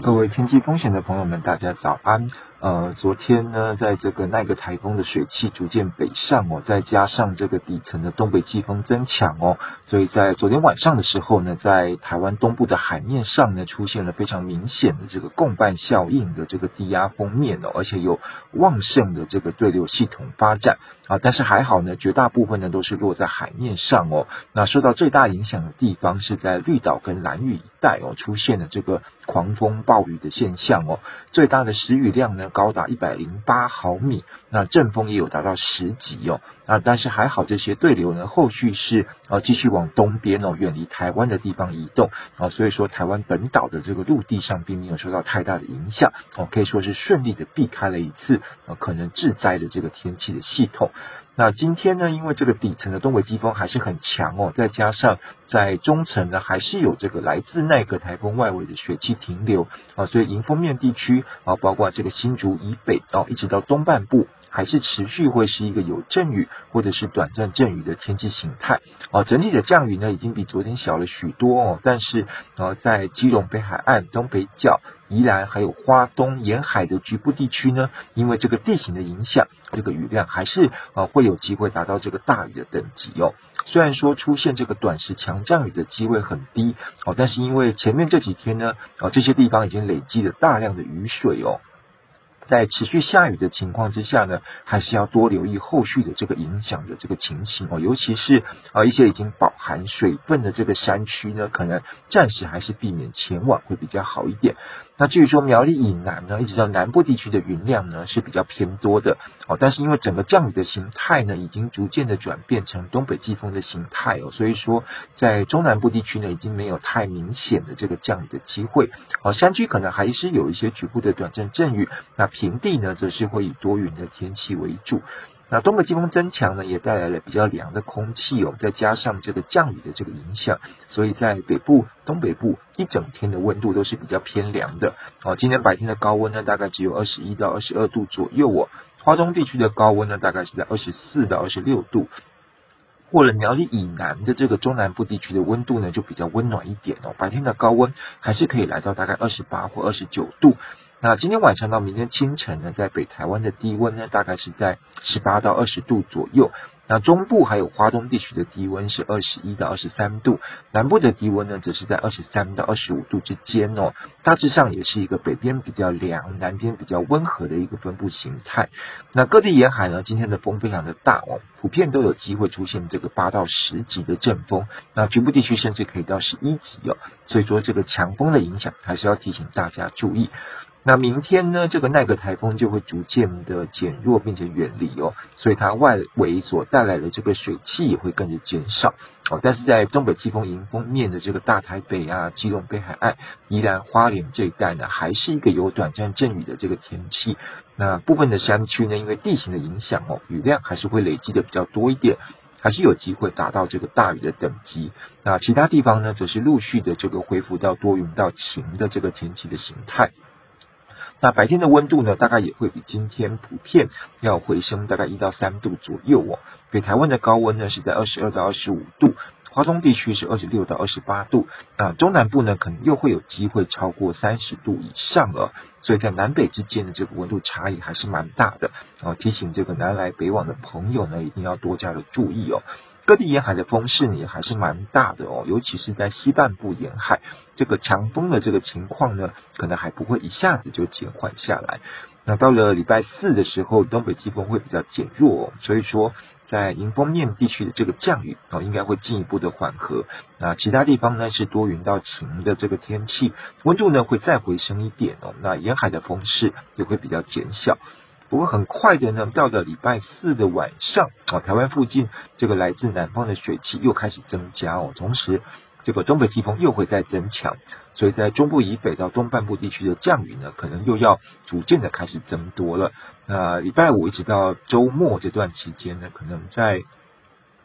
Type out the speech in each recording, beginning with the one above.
各位天气风险的朋友们，大家早安。昨天呢，在这个奈格台风的水汽逐渐北上再加上这个底层的东北季风增强所以在昨天晚上的时候呢，在台湾东部的海面上呢，出现了非常明显的这个共伴效应的这个低压锋面而且有旺盛的这个对流系统发展但是还好呢，绝大部分呢都是落在海面上那受到最大影响的地方是在绿岛跟兰屿一带出现了这个狂风暴雨的现象最大的时雨量呢高达108毫米，那阵风也有达到10级但是还好这些对流呢后续是继续往东边远离台湾的地方移动所以说台湾本岛的这个陆地上并没有受到太大的影响可以说是顺利的避开了一次可能致灾的这个天气的系统。那今天呢，因为这个底层的东北季风还是很强再加上在中层呢还是有这个来自奈格台风外围的水汽停留所以迎风面地区包括这个新竹以北一直到东半部还是持续会是一个有阵雨或者是短暂阵雨的天气形态整体的降雨呢已经比昨天小了许多但是在基隆北海岸、东北角、宜兰还有花东沿海的局部地区呢，因为这个地形的影响，这个雨量还是会有机会达到这个大雨的等级虽然说出现这个短时强降雨的机会很低但是因为前面这几天呢这些地方已经累积了大量的雨水在持续下雨的情况之下呢，还是要多留意后续的这个影响的这个情形尤其是一些已经饱含水分的这个山区呢，可能暂时还是避免前往会比较好一点。那至于说苗栗以南呢，一直到南部地区的云量呢是比较偏多的但是因为整个降雨的形态呢已经逐渐的转变成东北季风的形态所以说在中南部地区呢已经没有太明显的这个降雨的机会山区可能还是有一些局部的短暂阵雨，那平地呢则是会以多云的天气为主。那东北季风增强呢，也带来了比较凉的空气再加上这个降雨的这个影响，所以在北部、东北部一整天的温度都是比较偏凉的今天白天的高温呢，大概只有21到22度左右花东地区的高温呢，大概是在24到26度。或者苗栗以南的这个中南部地区的温度呢，就比较温暖一点白天的高温还是可以来到大概28或29度。那今天晚上到明天清晨呢，在北台湾的低温呢，大概是在18到20度左右。那中部还有花东地区的低温是21到23度，南部的低温呢，则是在23到25度之间大致上也是一个北边比较凉，南边比较温和的一个分布形态。那各地沿海呢，今天的风非常的大普遍都有机会出现这个8到10级的阵风，那局部地区甚至可以到11级所以说这个强风的影响还是要提醒大家注意。那明天呢，这个奈格台风就会逐渐的减弱并且远离所以它外围所带来的这个水汽也会跟着减少但是在东北季风迎风面的这个大台北基隆北海岸、宜兰花莲这一带呢，还是一个有短暂阵雨的这个天气。那部分的山区呢，因为地形的影响雨量还是会累积的比较多一点，还是有机会达到这个大雨的等级。那其他地方呢，则是陆续的这个恢复到多云到晴的这个天气的形态。那白天的温度呢，大概也会比今天普遍要回升大概1到3度左右北台湾的高温呢是在22到25度，花东地区是26到28度，中南部呢可能又会有机会超过30度以上所以在南北之间的这个温度差异还是蛮大的提醒这个南来北往的朋友呢，一定要多加的注意各地沿海的风势呢也还是蛮大的尤其是在西半部沿海，这个强风的这个情况呢，可能还不会一下子就减缓下来。那到了礼拜4的时候，东北季风会比较减弱所以说在迎风面地区的这个降雨应该会进一步的缓和。那其他地方呢是多云到晴的这个天气，温度呢会再回升一点那沿海的风势也会比较减小。不过很快的呢，到了礼拜4的晚上台湾附近这个来自南方的水汽又开始增加同时这个东北季风又会再增强，所以在中部以北到东半部地区的降雨呢，可能又要逐渐的开始增多了。那礼拜5一直到周末这段期间呢，可能在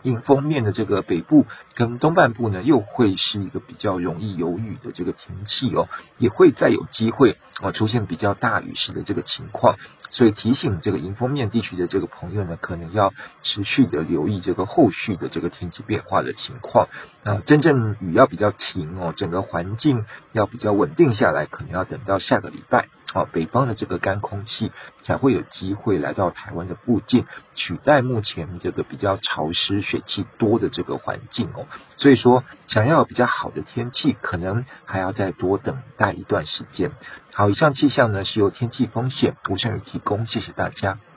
迎风面的这个北部跟东半部呢，又会是一个比较容易有雨的这个天气哦，也会再有机会出现比较大雨势的这个情况，所以提醒这个迎风面地区的这个朋友呢，可能要持续的留意这个后续的这个天气变化的情况。真正雨要比较停哦，整个环境要比较稳定下来，可能要等到下个礼拜。北方的这个干空气才会有机会来到台湾的附近，取代目前这个比较潮湿、水汽多的这个环境哦。所以说，想要有比较好的天气，可能还要再多等待一段时间。好，以上气象呢是由天气风险吴胜宇提供，谢谢大家。